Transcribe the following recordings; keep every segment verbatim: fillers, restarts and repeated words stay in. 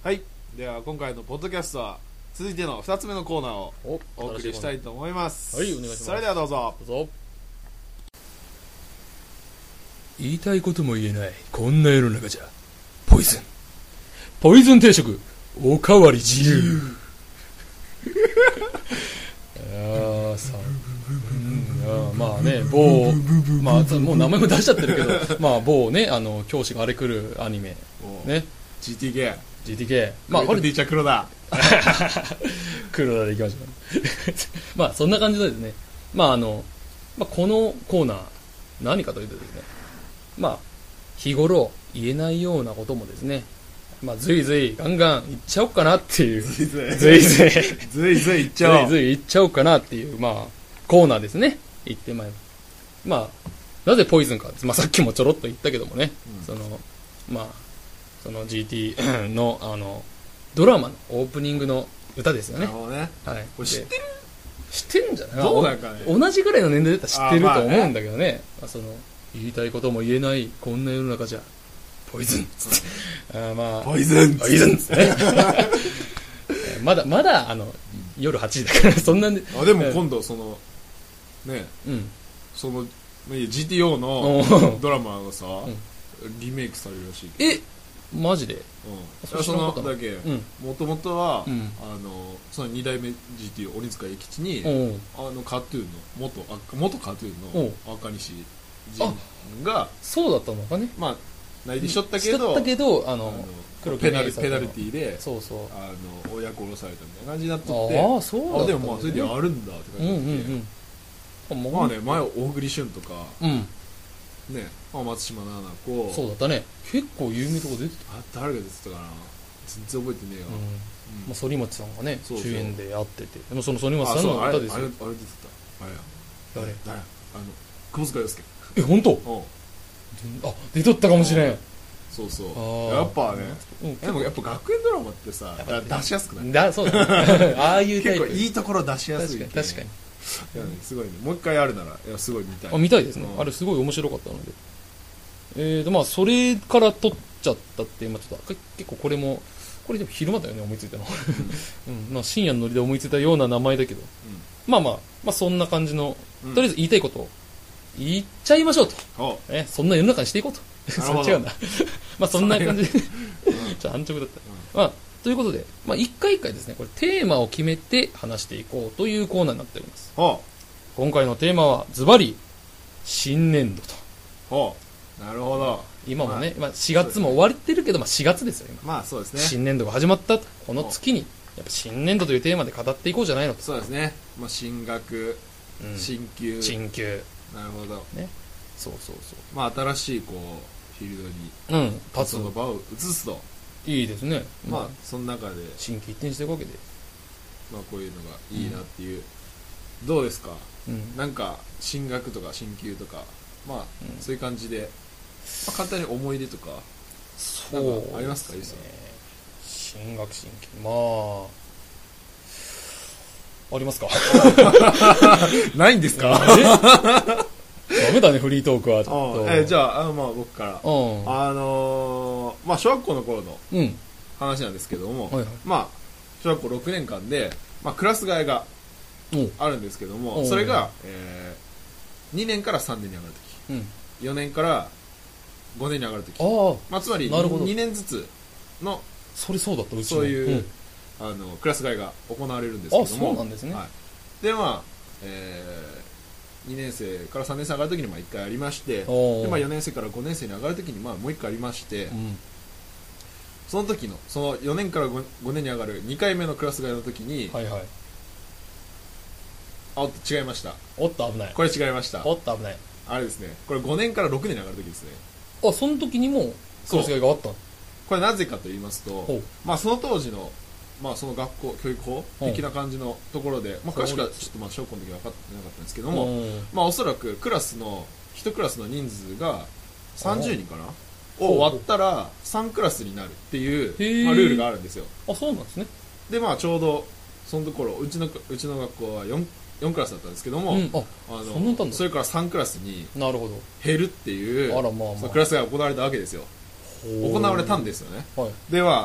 はい、では今回のポッドキャストは続いてのふたつめのコーナーをお送りしたいと思います。 はい、お願いします。 それではどうぞ。 どうぞ。言いたいことも言えないこんな世の中じゃポイズンポイズン定食おかわり自由あさ、うん、あまあね某まあもう名前も出しちゃってるけどまあ某ねあの教師があれ来るアニメねジーティーケージーティーケー まあこれティーチャー黒田黒田でいきましょうまあそんな感じでですねまああの、まあ、このコーナー何かというとですねまあ日頃言えないようなこともですねまあずいずいガンガン言っちゃおうかなっていうずいずいずいずいずいずい言っちゃおうずいずい言っちゃおうかなっていうまあコーナーですね言ってまいりまあなぜポイズンか、まあ、さっきもちょろっと言ったけどもね、うん、そのまあその ジーティー のあのドラマのオープニングの歌ですよね。 なるほどね。 はい。 これ知ってる？ 知ってるんじゃない？ どうなんかね。 同じぐらいの年齢だったら知ってると思うんだけどね。まあ、その言いたいことも言えないこんな世の中じゃポイズンつって、あまあポイズンポイズンつってね。まだまだあの夜はちじだからそんなに。 あでも今度そのね、 うん、その ジーティーオー のドラマがさ、うん、リメイクされるらしいけど。 え？マジで、 うん、そのだけもともとは、 うん、 あのそのに代目 ジーティー 鬼塚英吉に、 うん、 あのカトゥーンの元あ元カトゥーンの赤西仁がそうだったのかねまあ内定しとったけど、 しとったけどあの黒ペナルペナルティーでそうそうあの親殺されたみたいな感じになっとって、 ああそうだったんだ、ね、 あでもまあそれでやるんだって感じで、うんうんうん、まあね前は大栗旬とか、 うんね、まあ、松島菜々子そうだったね結構有名とこ出てたあ誰が出てたかな全然覚えてねえよ、うんうんまあ、反町さんがねそうそう主演でやっててでもその反町さんの歌ですよあれあれ出てたあれや誰誰あの窪塚洋介え本当？あ出とったかもしれんそうそうやっぱね、うん、でもやっぱ学園ドラマってさ出しやすくないだそうだ、ね、ああいうタイプ結構いいところ出しやすい確かに確かにいやね、すごいねもう一回あるならいやすごい見たいあ見たいですね、 うん、 あれすごい面白かったのでえーとまあそれから撮っちゃったって、まあ、ちょっと結構これもこれでも昼間だよね思いついたの、うんうんまあ、深夜のノリで思いついたような名前だけど、うん、まあまあまあそんな感じの、うん、とりあえず言いたいことを言っちゃいましょうと、ね、そんな世の中にしていこうとそっち違うんだまあそんな感じでちょっと安直だった、うん、まあということで、まあ、一回一回ですねこれテーマを決めて話していこうというコーナーになっております。今回のテーマはズバリ新年度と。 ほうなるほど。 今もね、まあ、しがつも終わってるけど、まあ、しがつですよ今。 まあそうですね。 新年度が始まったこの月にやっぱ新年度というテーマで語っていこうじゃないのと。 そうですね。まあ、進学、うん、進級進級なるほどね。そうそうそう。 まあ新しいこうフィールドにうん立つの場を移すと。 いいですね。 まあ、まあ、その中で心機一転していくわけでまあこういうのがいいなっていう、うん、どうですか、 うん、なんか進学とか進級とかまあ、うん、そういう感じで、まあ、簡単に思い出とかなんかありますか？ そうですね。進学進級まあありますかないんですかダメだねフリートークはちょっと、 えー、じゃあ、あのまあ僕から、あのー、まあ小学校の頃の話なんですけども、 うんはいはい、 まあ小学校ろくねんかんで、まあ、クラス替えがあるんですけども、それが、えー、にねんからさんねんに上がるとき、うん、よねんからごねんに上がるとき、まあ、つまりにねんずつのそれそうだったうちそういう、うん、あのクラス替えが行われるんですけども、 あそうなんですね、 はい、でまあ、えー、にねん生からさんねん生上がるときにまあいっかいありまして、で、まあ、よねん生からごねん生に上がるときにまあもういっかいありまして、うん、その時のそのよねんから 5, ごねんに上がるにかいめのクラス替えの時に、 はいはい、 あおっと違いました。 おっと危ない。 これ違いました。 おっと危ない。 あれですね。これごねんからろくねんに上がる時ですね。 あ、その時にもクラス替えがあった。 これなぜかと言いますと、まあその当時のまあその学校教育法的な感じのところで、まあ詳しくはちょっとまあ小学校の時は分かってなかったんですけども、まあおそらくクラスのいちクラスの人数がさんじゅうにんかなを割ったらさんクラスになるっていう、まあ、ルールがあるんですよ。 あ、そうなんですね。 でまあちょうどそのところうちのうちの学校は 4, よんクラスだったんですけども、うん、ああの そ, んなそれからさんクラスになるほど減るっていうあら、まあまあ、 そのクラスが行われたわけですよ。行われたんですよね。 はい、 では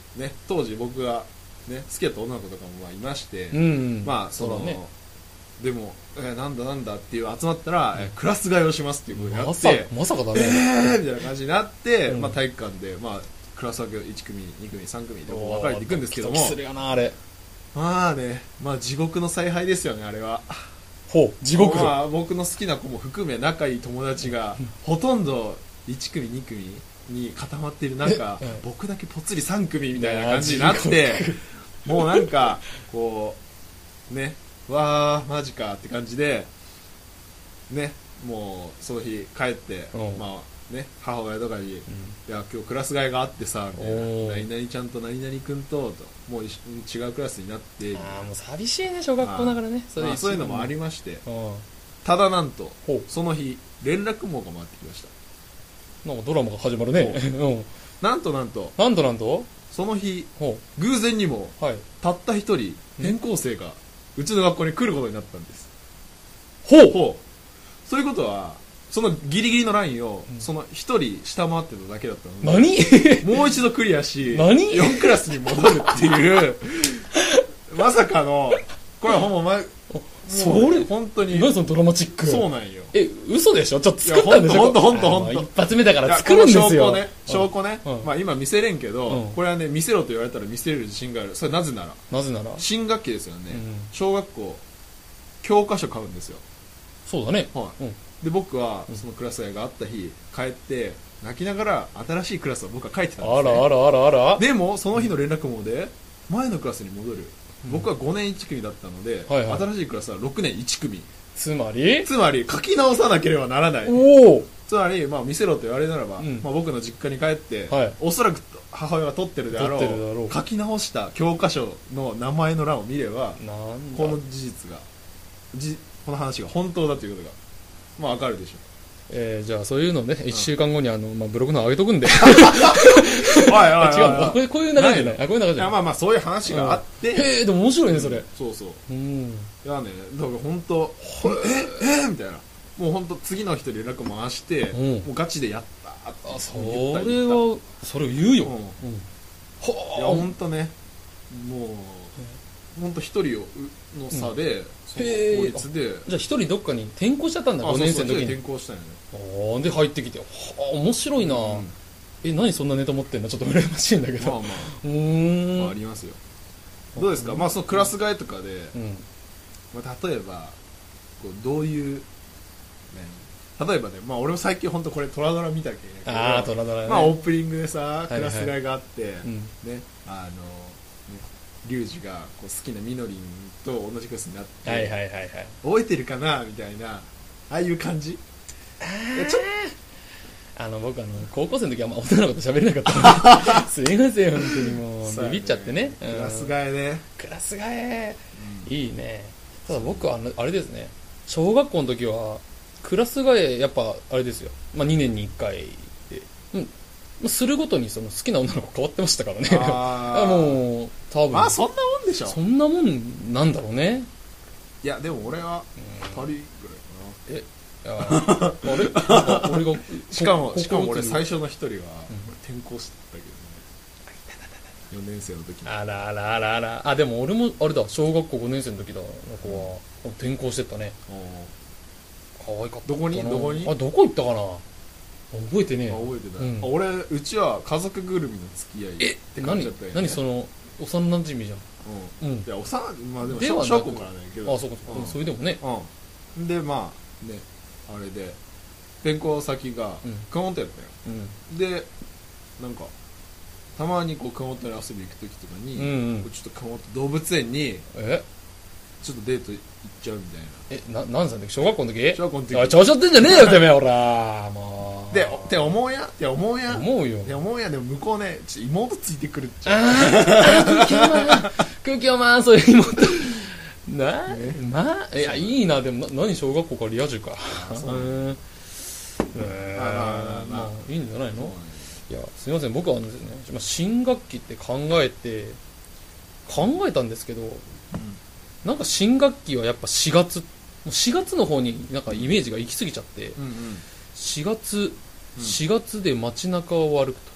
ね、当時僕が、ね、好きだった女の子とかもまあいまして、 うん、 まあその、 ね、 でも、えー、なんだなんだっていう集まったら、うん、えー、クラス替えをしますっていうことになって、 まさまさかだね、 えーみたいな感じになって、うん、まあ、体育館で、まあ、クラス分けいち組に組さん組で分かれていくんですけども、 するよなあれ。 まあね、まあ地獄の采配ですよね、あれは。 ほう、地獄。 まあ、僕の好きな子も含め仲いい友達がほとんどいち組に組に固まっている中、うん、僕だけぽつりさん組みたいな感じになってもうなんかこうね、わーマジかって感じでね、もうその日帰って、うん、まあね、母親とかに、うん、いや今日クラス替えがあってさみたいな、何々ちゃんと何々君とともう違うクラスになって、 ああもう寂しいね、小学校だからね、 それ、まあ、そういうのもありまして、ただなんとその日連絡網が回ってきました。 なんかドラマが始まるねうん、 なんとなんとなんとなんとその日偶然にも、はい、たった一人転校生がうちの学校に来ることになったんです。 ほうほうそういうことはそのギリギリのラインを、うん、その一人下回ってただけだったので、 何もう一度クリアし何よんクラスに戻るっていうまさかのこれはほんま前それ本当に何そのドラマチック。 そうなんよ。 え嘘でしょ。ちょっと作ったんでしょ。 ほんとほんとほんと一発目だから作るんですよ。 証拠ね証拠ね、うん、まあ今見せれんけど、うん、これはね見せろと言われたら見せれる自信がある。それなぜならなぜなら新学期ですよね、うん、小学校教科書買うんですよ。 そうだね、 はい、うん、で僕はそのクラス替えがあった日帰って泣きながら新しいクラスを僕は書いてたんですね。 あらあらあらあら。 でもその日の連絡網で前のクラスに戻る、僕はごねんいち組だったので、はいはい、新しいクラスはろくねんいち組。 つまりつまり書き直さなければならない。 おつまり、まあ、見せろと言われるならば、うん、まあ、僕の実家に帰って、はい、おそらく母親が取ってるであろう、ろう書き直した教科書の名前の欄を見ればこの事実がじこの話が本当だということが、まあ、分かるでしょう。 えー、じゃあそういうのね、うん、いっしゅうかんごにあの、まあ、ブログの上げとくんでおいおいおい違うのこういうこういう流れじゃない、あこういう流れじゃない、 まあまあそういう話があって、 へえでも面白いねそれ、うん、 そうそう、 うん、 いやねだから本当えええみたいな、もう本当次の人に連絡回して、うん、もうガチでやったってあそれはそれを言うよ、うんうん、 いや本当ねもう本当一人の差で、うん、その法律でじゃあ一人どっかに転校しちゃったんだ。ごねん生の時に転校したんやね。 あで入ってきて、はあ面白いな、うん、え何そんなネタ持ってんのちょっと羨ましいんだけど。 まあまあうーん、まあ、ありますよ。どうですか、まあそのクラス替えとかで、うんまあ、例えばこうどういう、ね、例えばね、まあ俺も最近本当これトラドラ見たけど、 ああトラドラね、 まあオープニングでさクラス替えがあって、はいはいうん、 ねあのリュウジがこう好きなみのりんと同じクラスになって、 はいはいはいはい、 覚えてるかなみたいな、ああいう感じ。 あちょあの僕あの高校生の時はあんま女の子と喋れなかったのですいません本当にもうビビっちゃってね、 クラス替えね、 クラス替え、うん、いいね。ただ僕はあのあれですね、小学校の時はクラス替えやっぱあれですよ、まあ、にねんにいっかいで、うん、するごとにその好きな女の子変わってましたからね。あもう多分まあそんなもんでしょ。 そんなもんなんだろうね。 いやでも俺はふたりぐらいかな。 えああれ俺がしかもしかも俺最初の一人は、うん、転校してたけどね、よねん生の時に。 あらあらあらあら。あでも俺もあれだ、小学校ごねん生の時だの子は転校してったね。可愛かった。 どこにどこにあどこ行ったかな、覚えてねえよ。 覚えてない、うん、俺うちは家族ぐるみの付き合いって感じだったよね。 何その幼馴染じゃん。 うん、うん、いや幼まあでも小学校からねけど、 あそうかそうか、うん、それでもね、 うん、でまあねあれで転校先が熊本やったよ、うん、でなんかたまにこう熊本に遊び行く時とかに、うんうん、ちょっと熊本動物園にえちょっとデート行っちゃうみたいな。 えな何歳の時、小学校の時？ 小学校の時。 あ調子乗ってんじゃねえよてめえほらもうでって思うやって思うや思うよで思うやでも向こうねちょっと妹ついてくるっちゃう。 あ空気読まん空気読まんそういう妹な、ね、まあいやいいな。でもな何小学校からリア充か。そううんえー、まあまあまあいいんじゃないの。いやすいません僕はあのですね、まあ、新学期って考えて考えたんですけど、うん、なんか新学期はやっぱしがつもうしがつの方になんかイメージが行き過ぎちゃって、うんうん、しがつしがつで街中を歩くと、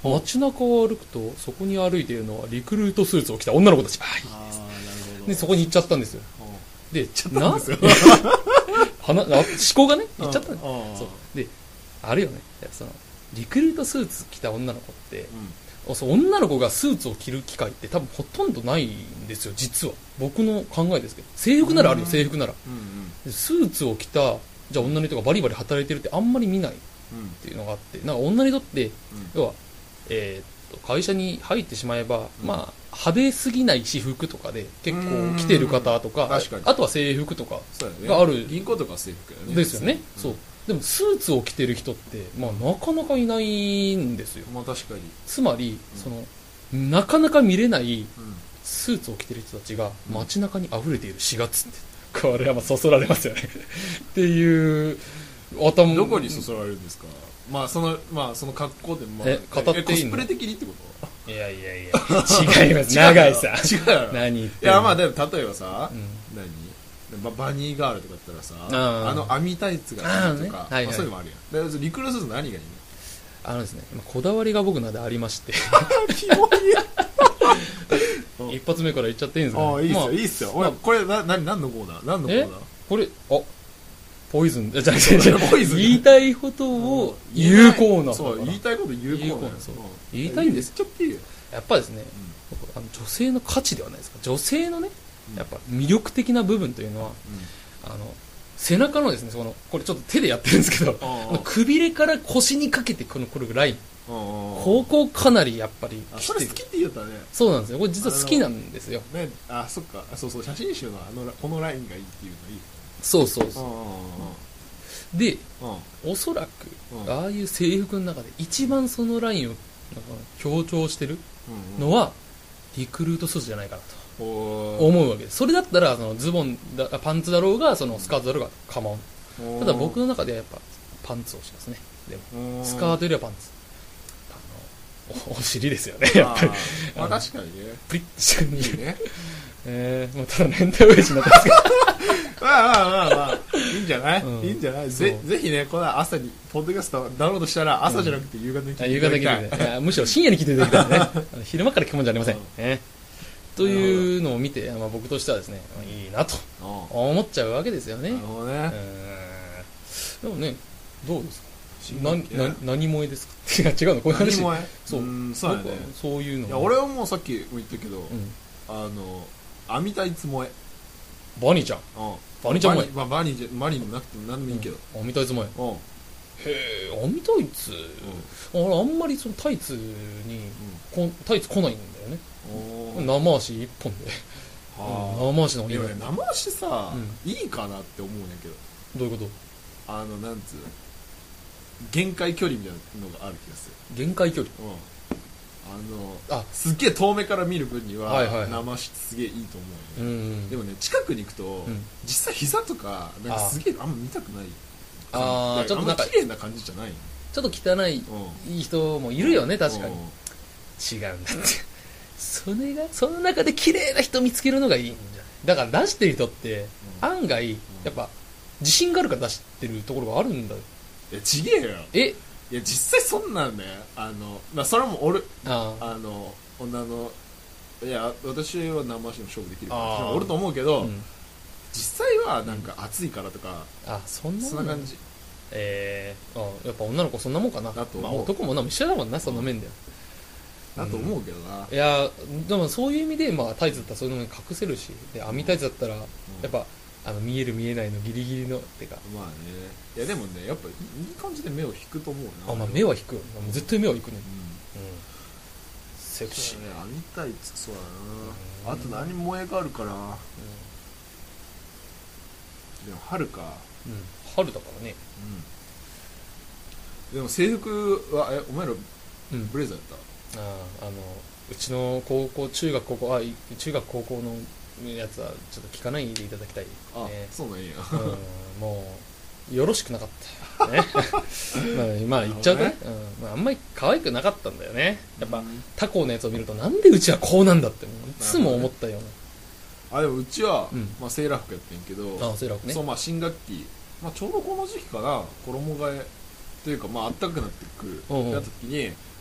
街中を歩くとそこに歩いているのはリクルートスーツを着た女の子たちばーいあーなるほど。 でそこに行っちゃったんですよ。で行っちゃったんですよ。 はな思考がね行っちゃったんです。 うんそうであるよね、そのリクルートスーツ着た女の子って、 うん、 そう女の子がスーツを着る機会って多分ほとんどないんですよ、実は。僕の考えですけど、制服ならあるよ、制服なら、うんうん、スーツを着たじゃあ女の人がバリバリ働いてるってあんまり見ないっていうのがあって、なんか女の人って、うん、要は、えー、っと会社に入ってしまえば、うん、まあ派手すぎない私服とかで結構着てる方とか、あとは制服とかがある、 ね、銀行とか制服よねですよね、うん、そうでもスーツを着てる人って、まあ、なかなかいないんですよ。 まあ確かに。 つまり、うん、そのなかなか見れないスーツを着てる人たちが街中に溢れているしがつって、これはまあそそられますよねっていう頭。 どこにそそられるんですか。まあそのまあその格好で、まあ、 え語っていいの。 コスプレ的にってこと。 いやいやいや違います長井さん違うよ。 何言ってんの。いやまあでも例えばさ、うん、何バ, バニーガールとかだったらさ、あ, あの網タイツがいいとか、あ、ねはいはい、まあ、そういうのもあるやん。だからリクルートスーツ何がいいの。 あのですね、こだわりが僕のでありましてキモい一発目から言っちゃっていいんですか、ね、 あいいっすよ、まあ、いいっすよ、まあ、これな何何のコーナー何のコーナーこれあポイズンじゃあ言いたいことを言うコーナー。 そう言いたいこと言うコーナー。 言いたいんですよ。 やっぱですね、うん、あの女性の価値ではないですか。女性のねやっぱ魅力的な部分というのは、うん、あの背中のですね、そのこれちょっと手でやってるんですけど、くびれから腰にかけてこのこれライン、ここかなりやっぱりあそれ好きって言ったね。 そうなんですよ。これ実は好きなんですよ。 ね、あそっか、そうそう、写真集のあのこのラインがいいっていうのいい。 そうそうそう。で、おそらくああいう制服の中で一番そのラインをなんか強調してるのはリクルートスーツじゃないかなと。思うわけです。それだったらそのズボンだパンツだろうがそのスカートだろうが構わん。ただ僕の中ではやっぱパンツをしますね。でもスカートよりはパンツ。あの お, お尻ですよねやっぱり。 まあ確かにね。 プリッしてるいいね。 えー、もうただ年代親父になってますけど。 まあまあまあまあいいんじゃない、うん、いいんじゃない。ぜぜひねこの朝にポッドキャストダウンロードしたら朝じゃなくて夕方に聞いていただきたい。夕方に聞いていただきたい。むしろ深夜に聞いていただきたいね。昼間から聞くもんじゃありません。ねというのを見て、まあ、僕としてはですね、いいなと思っちゃうわけですよね。 なるほどね。 でもね、どうですか。なな何萌えですか。違うのこういう話。 何萌え。 そう、うんそうやね。そういうの。 いや俺はもうさっきも言ったけど、うん、あの網タイツ萌え。 バニーちゃん。 うん、 バニーちゃん萌え。 まあバニーじゃバニーでもなくても何でもいいけど。 網タイツ萌え。 うん。 へえ、網タイツ。うん、俺あんまりそのタイツに、こタイツ来ないんだよね。生足一本で、はあ、生足の方がいいよね。 生足さ、うん、いいかなって思うんやけど。 どういうこと。 あのなんつう限界距離みたいなのがある気がする。 限界距離。 うん、あのあすっげえ遠目から見る分には、はいはいはい、生足すげえいいと思うよ、ね、うんうん、でもね近くに行くと、うん、実際膝とかなんかすげえあんま見たくない。 ああちょっとなんか綺麗な感じじゃない。 ちょっと汚い、うん、いい人もいるよね確かに、うん、違うんだってそれがその中で綺麗な人見つけるのがいいんじゃない。だから出してる人って案外やっぱ自信があるから出してるところがあるんだよ。 いやちげえよ。 えいや実際そんなんねあの、まあ、それも俺ああの女のいや私は生足の勝負できるからおると思うけど、うん、実際はなんか暑いからとか、 うん、あそんなそんな感じ。 えー、あやっぱ女の子そんなもんかな。 だとまあ、男も女も一緒だもんなその面では。 だと思うけどな、 うん、いやでもそういう意味で、まあ、タイツだったらそういうのに隠せるしで網タイツだったら、うん、やっぱあの見える見えないのギリギリのってかまあね。いやでもねやっぱいい感じで目を引くと思うな。 あ、まあ、目は引く絶対目は引くね、うんうん、セクシー。 そうだね網タイツそうだな、うん、あと何萌えがあるから、うん、でも春か、 うん、春だからね、 うん、でも制服はえお前らブレザーやった、 うん、ああのうちの高校中学高校あ中学高校のやつはちょっと聞かないでいただきたい、ね、 あそうなんや、 うん、もうよろしくなかったねまあ、まあ言っちゃうとね、うんまあ、あんまり可愛くなかったんだよねやっぱ、うん、他校のやつを見るとなんでうちはこうなんだっていつも思ったような。 あでもうちは、うんまあ、セーラー服やってんけどあセーラー服ねそう、まあ、新学期、まあ、ちょうどこの時期かな衣替えというか、まあ暖かくなってくる、うんうん、た時に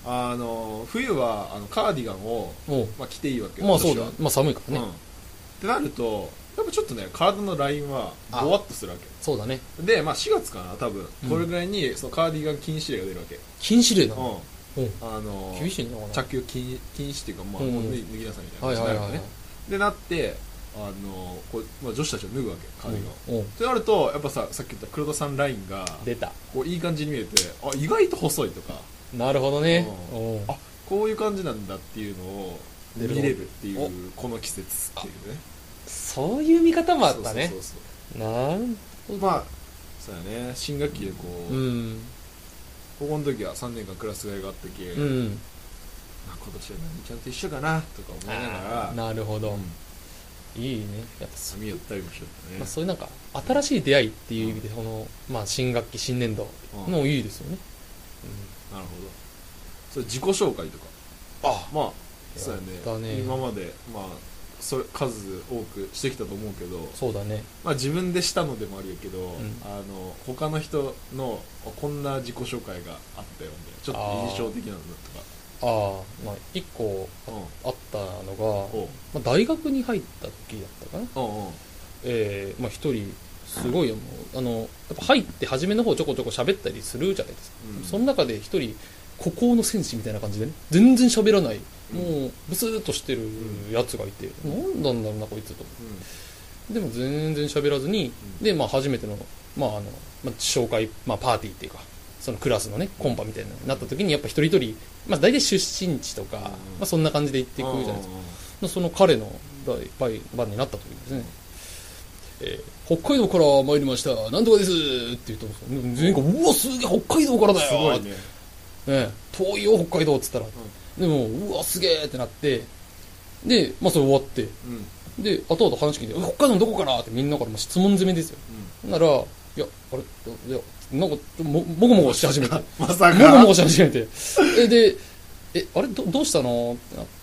あの冬はあのカーディガンを、まあ、着ていいわけよ。 まあそうだ、まあ寒いからね、うん、 ってなるとやっぱちょっとね体のラインはボワッとするわけ。 そうだね。 で、まあ、しがつかな多分これぐらいにそのカーディガン禁止令が出るわけ。 禁止令なの、 うん、あの厳しいのかな。 着用禁禁止っていうか、まあ、もう脱ぎなさいみたいな感じになるわけね、 はいはいはいはい。 でなってあのこう、まあ、女子たちを脱ぐわけカーディガンを、うん、ってなるとやっぱささっき言った黒田さんラインが出たこういい感じに見えて、あ意外と細いとか、 なるほどね、 うん、あこういう感じなんだっていうのを見れるっていうこの季節っていうね。 そういう見方もあったね。 そうそうそうそうなるほど。 まあそうやね、新学期でこう、うん、高校の時はさんねんかんクラス替えがあったけ、うん、まあ、今年は何ちゃんと一緒かなとか思いながら。 なるほど、うん、いいね。やっぱ髪寄ったりもしよったね、 まあ、そういうなんか新しい出会いっていう意味で、この、まあ、新学期新年度のいいですよね、 うん、なるほど。それ自己紹介とか、あまあそうやね、今までまあそれ数多くしてきたと思うけど、 そうだね、 まあ、自分でしたのでもあるよけど、うん、あの他の人のこんな自己紹介があったよね、ちょっと印象的なのとか。 ああ、まあ一個あったのが、まあ、大学に入った時だったかな。うんうん、えー、まあ一人すごいよ、あのやっぱ入って初めの方ちょこちょこ喋ったりするじゃないですか、うん、その中で一人孤高の戦士みたいな感じでね、全然喋らない、うん、もうブスーっとしてるやつがいて、うん、なんなんだろうなこいつと、うん、でも全然喋らずに、うん、で、まあ、初めての、まああのまあ、紹介、まあ、パーティーっていうかそのクラスのねコンパみたいなのになった時にやっぱ一人一人、まあ、大体出身地とか、うんまあ、そんな感じで行っていくじゃないですか、うん、その彼の第番になった時にですね、えー、北海道から参りましたなんとかですって言ったんですよ。全員がうわすげえ北海道からだよ、すごいね、ね、遠いよ北海道っつったら、うん、でもうわすげえってなって、で、まあ、それ終わって、うん、で後々話聞いて北海道のどこからってみんなからも質問攻めですよ、うん、ならいやあれいやなんかももごもごし始めてまさかもごもごし始めてえでえあれ ど, どうしたのってなって、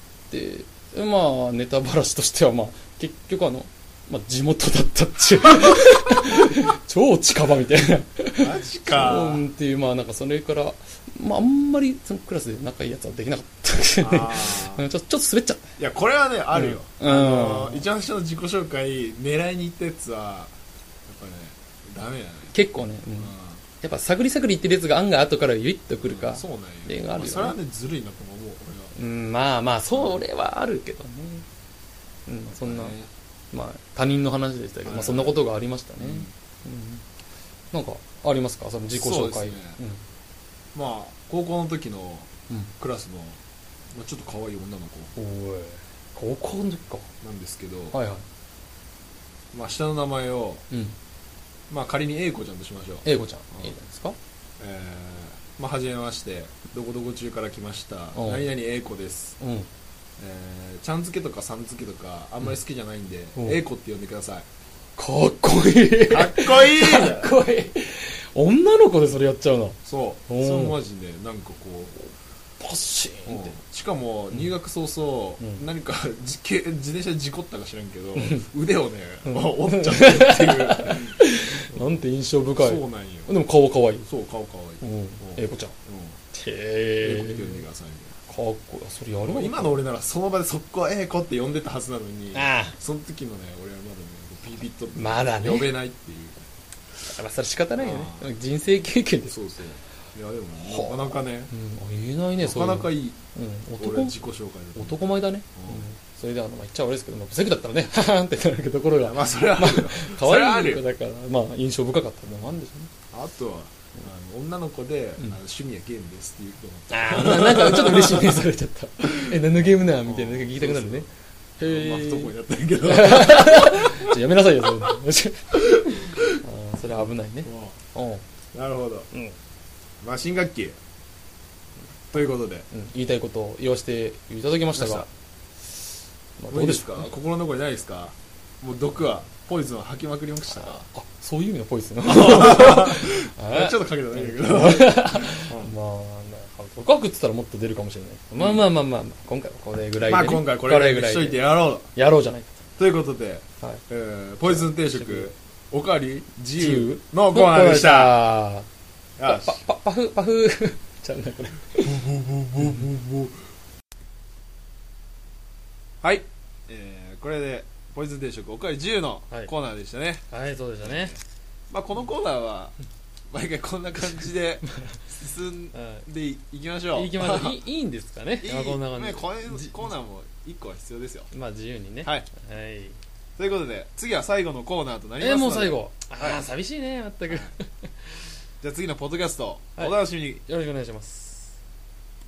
まあネタばらしとしてはまあ結局あのまあ、地元だったっていう超近場みたいなマジかうんっていう、まあなんかそれから、まあ、あんまりそのクラスで仲いいやつはできなかったちょちょっと滑っちゃった。 いやこれはねあるよ、うん、あの一番最初の自己紹介狙いに行ったやつはやっぱねダメだね結構ね、うん、やっぱ探り探り言ってるやつが案外後からユイッとくるか、うん、 そうなんよ、 例があるよね、 まあ、それはねずるいなと思う俺は、 うん、まあまあそれはあるけどね、うん、そんな、ね、まあ、他人の話でしたけど、まあ、そんなことがありましたね、うんうん、なんかありますかその自己紹介。そうですね、 うん、まあ高校の時のクラスの、まあ、ちょっと可愛い女の子、 おい高校の時かなんですけど、 はいはい、 まあ、下の名前を、うんまあ、仮に A 子ちゃんとしましょう。 A 子ちゃん、うん、いいですか、 えーまあ、はじめましてどこどこ中から来ました何々 A 子です、うんえー、ちゃん付けとかさん付けとかあんまり好きじゃないんで、うん、A 子って呼んでください。 かっこいいかっこいいかっこいい女の子でそれやっちゃうの。 そうそのマジでなんかこうパッシーンって、 しかも入学早々、うん、何か自転車で事故ったか知らんけど、うん、腕をね、うん、折っちゃったっていうなんて印象深い。 そうなんよ。 でも顔かわいい。 そう顔かわいい、うん、 英子ちゃん、うん、 へえ英子って呼んでくださいね。 かっこいい。それやるわ。 今の俺ならその場で速攻英子って呼んでたはずなのに、ああその時のね俺はまだねピピッとまだね呼べないっていう。 だからそれ仕方ないよね。人生経験で。 そうそう。いやでもなかなかね、 うん、言えないね。 なかなかいい、 うん、 男俺自己紹介だ男前だね、うんうん、それであの、まあ、言っちゃ悪いですけど、まあ、ブサイクだったらねハハンってなるところがまあそれはあるよ、まあ、 可愛い子だからまあ印象深かったのもあるんでしょうね。 あとはあの女の子で、うん、あの趣味やゲームですっていうとああなんかちょっと嬉しいねされちゃったえ何のゲームなみたいな聞きたくなるね。 そうそうへえまあ不登校になったんやけどじゃやめなさいよそれあそれ危ないね。 なるほど、うんまあ、新学期ということで、 うん、言いたいことを言わせていただきましたが、 まあ、どうですか心の残りないですか。もう毒はポイズンを吐きまくりました。ああそういう意味のポイズンちょっとかけたないんだけど、うん、まあ毒吐くって言ったらもっと出るかもしれない、うん、まあまあまあまあ、まあ、今回はこれぐらいで、ね、 まあ今回これぐらいにしといてやろうやろうじゃないかということで、はいえー、ポイズン定食おかわり自由のコーナーでした。 パパパフパフちゃうなこれはい、えー、これでポイズン定食おかわり自由のコーナーでしたね。 はい、はい、そうでしたね。 まあこのコーナーは毎回こんな感じで進んでいきましょう。 いきましょう。いいいんですかね。 いい、 まあ、こんな感じね、こういうコーナーもいっこは必要ですよ。 まあ自由にね。 はい、 はい、 ということで次は最後のコーナーとなりますので。 えー、もう最後。ああ、 はい、 寂しいね、まったく。 じゃあ次のポッドキャスト、はい、お楽しみに。 よろしくお願いします。